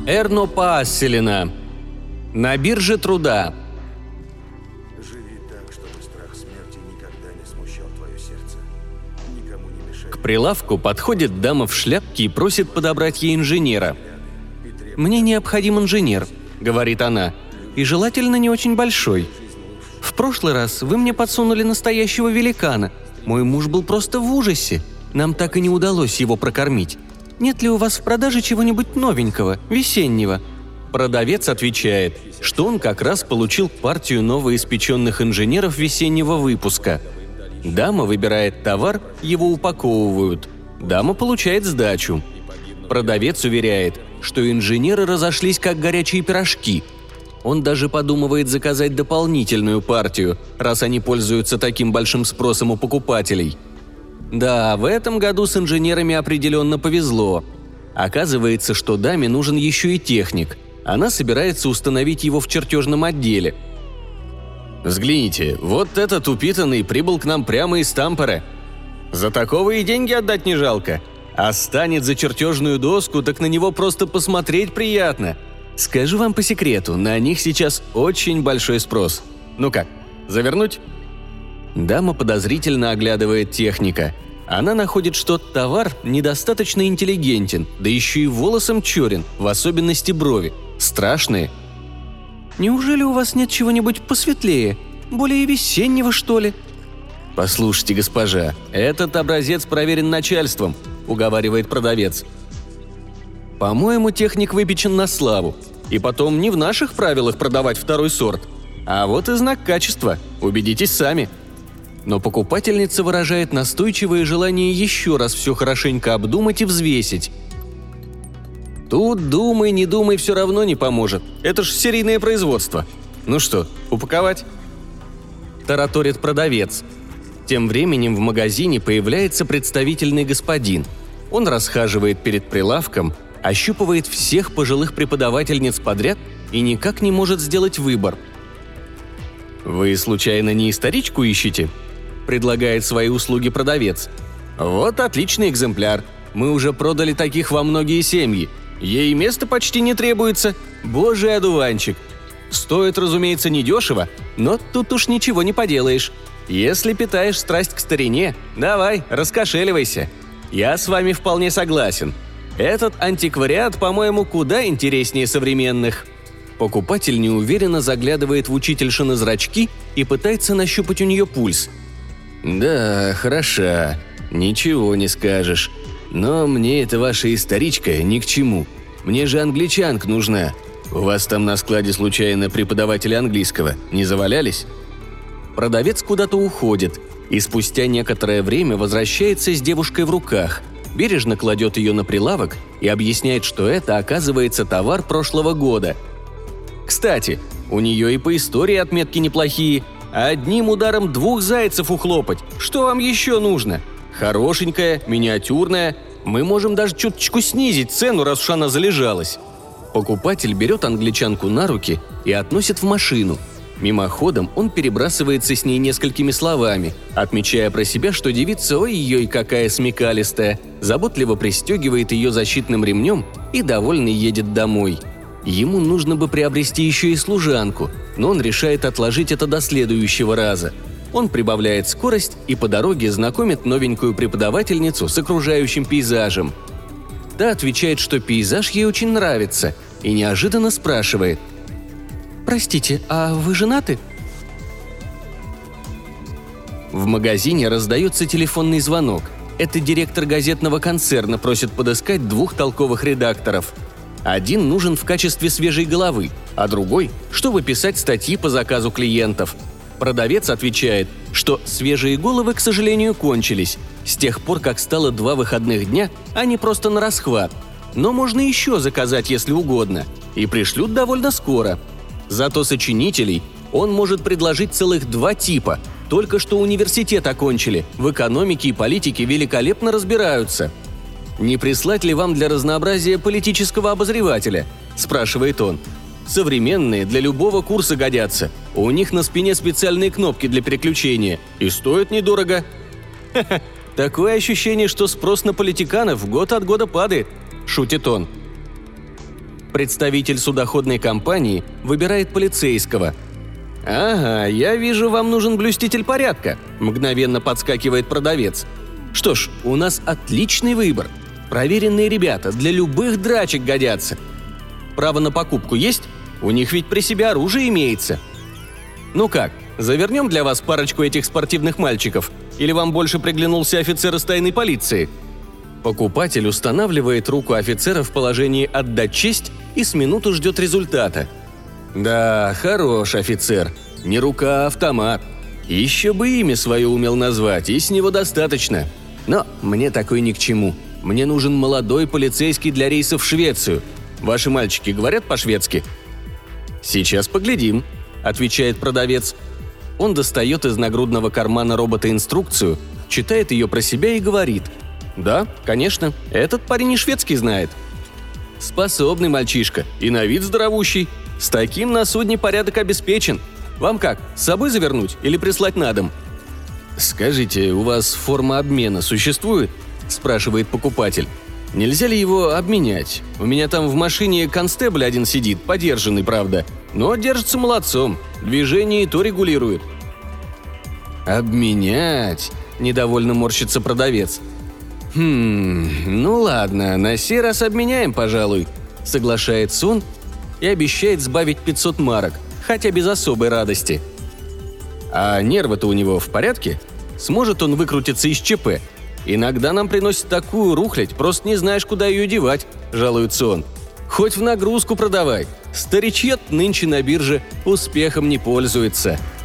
Эрно Паасселина. На бирже труда. Живи так, чтобы страх смерти никогда не смущал твое сердце. Никому не мешай. К прилавку подходит дама в шляпке и просит подобрать ей инженера. «Мне необходим инженер», — говорит она, — «и желательно не очень большой. В прошлый раз вы мне подсунули настоящего великана. Мой муж был просто в ужасе. Нам так и не удалось его прокормить. Нет ли у вас в продаже чего-нибудь новенького, весеннего?» Продавец отвечает, что он как раз получил партию новоиспеченных инженеров весеннего выпуска. Дама выбирает товар, его упаковывают. Дама получает сдачу. Продавец уверяет, что инженеры разошлись как горячие пирожки. Он даже подумывает заказать дополнительную партию, раз они пользуются таким большим спросом у покупателей. Да, в этом году с инженерами определенно повезло. Оказывается, что даме нужен еще и техник. Она собирается установить его в чертежном отделе. «Взгляните, вот этот упитанный прибыл к нам прямо из Тампере. За такого и деньги отдать не жалко. А станет за чертежную доску, так на него просто посмотреть приятно. Скажу вам по секрету, на них сейчас очень большой спрос. Ну как, завернуть?» Дама подозрительно оглядывает техника. Она находит, что товар недостаточно интеллигентен, да еще и волосом черен, в особенности брови. Страшные. «Неужели у вас нет чего-нибудь посветлее? Более весеннего, что ли?» «Послушайте, госпожа, этот образец проверен начальством», – уговаривает продавец. «По-моему, техник выпечен на славу. И потом не в наших правилах продавать второй сорт. А вот и знак качества. Убедитесь сами». Но покупательница выражает настойчивое желание еще раз все хорошенько обдумать и взвесить. «Тут думай, не думай, все равно не поможет. Это ж серийное производство. Ну что, упаковать?» Тараторит продавец. Тем временем в магазине появляется представительный господин. Он расхаживает перед прилавком, ощупывает всех пожилых преподавательниц подряд и никак не может сделать выбор. «Вы, случайно, не историчку ищете?» – предлагает свои услуги продавец. «Вот отличный экземпляр. Мы уже продали таких во многие семьи. Ей места почти не требуется. Божий одуванчик. Стоит, разумеется, недешево, но тут уж ничего не поделаешь. Если питаешь страсть к старине, давай, раскошеливайся. Я с вами вполне согласен. Этот антиквариат, по-моему, куда интереснее современных». Покупатель неуверенно заглядывает в учительшины зрачки и пытается нащупать у нее пульс. «Да, хороша. Ничего не скажешь. Но мне эта ваша историчка ни к чему. Мне же англичанка нужна. У вас там на складе случайно преподаватели английского не завалялись?» Продавец куда-то уходит и спустя некоторое время возвращается с девушкой в руках, бережно кладет ее на прилавок и объясняет, что это, оказывается, товар прошлого года. Кстати, у нее и по истории отметки неплохие. Одним ударом 2 зайцев ухлопать. Что вам еще нужно? Хорошенькая, миниатюрная. Мы можем даже чуточку снизить цену, раз уж она залежалась. Покупатель берет англичанку на руки и относит в машину. Мимоходом он перебрасывается с ней несколькими словами, отмечая про себя, что девица ой-ой какая смекалистая, заботливо пристегивает ее защитным ремнем и довольный едет домой. Ему нужно бы приобрести еще и служанку, но он решает отложить это до следующего раза. Он прибавляет скорость и по дороге знакомит новенькую преподавательницу с окружающим пейзажем. Та отвечает, что пейзаж ей очень нравится, и неожиданно спрашивает: «Простите, а вы женаты?» В магазине раздается телефонный звонок. Это директор газетного концерна просит подыскать 2 толковых редакторов. Один нужен в качестве свежей головы, а другой, чтобы писать статьи по заказу клиентов. Продавец отвечает, что свежие головы, к сожалению, кончились. С тех пор, как стало 2 выходных дня, они просто на расхват. Но можно еще заказать, если угодно, и пришлют довольно скоро. Зато сочинителей он может предложить целых 2 типа. Только что университет окончили, в экономике и политике великолепно разбираются. «Не прислать ли вам для разнообразия политического обозревателя?» – спрашивает он. «Современные для любого курса годятся. У них на спине специальные кнопки для переключения. И стоят недорого». «Ха-ха, такое ощущение, что спрос на политиканов год от года падает», – шутит он. Представитель судоходной компании выбирает полицейского. «Ага, я вижу, вам нужен блюститель порядка», – мгновенно подскакивает продавец. «Что ж, у нас отличный выбор. Проверенные ребята, для любых драчек годятся. Право на покупку есть? У них ведь при себе оружие имеется. Ну как, завернем для вас парочку этих спортивных мальчиков? Или вам больше приглянулся офицер из тайной полиции?» Покупатель устанавливает руку офицера в положении «отдать честь» и с минуту ждет результата. Да, хорош офицер. Не рука, а автомат. Еще бы имя свое умел назвать, и с него достаточно. Но мне такой ни к чему. Мне нужен молодой полицейский для рейса в Швецию. Ваши мальчики говорят по-шведски? «Сейчас поглядим», – отвечает продавец. Он достает из нагрудного кармана робота инструкцию, читает ее про себя и говорит: «Да, конечно, этот парень и шведский знает». Способный мальчишка и на вид здоровущий. С таким на судне порядок обеспечен. Вам как, с собой завернуть или прислать на дом? «Скажите, у вас форма обмена существует?» – спрашивает покупатель. «Нельзя ли его обменять? У меня там в машине констебль один сидит, подержанный, правда, но держится молодцом, движение и то регулирует». «Обменять?» – недовольно морщится продавец. Ну ладно, на сей раз обменяем, пожалуй», – соглашается он и обещает сбавить 500 марок, хотя без особой радости. «А нервы-то у него в порядке? Сможет он выкрутиться из ЧП? Иногда нам приносят такую рухлядь, просто не знаешь, куда ее девать», – жалуется он. «Хоть в нагрузку продавай. Старичье нынче на бирже успехом не пользуется».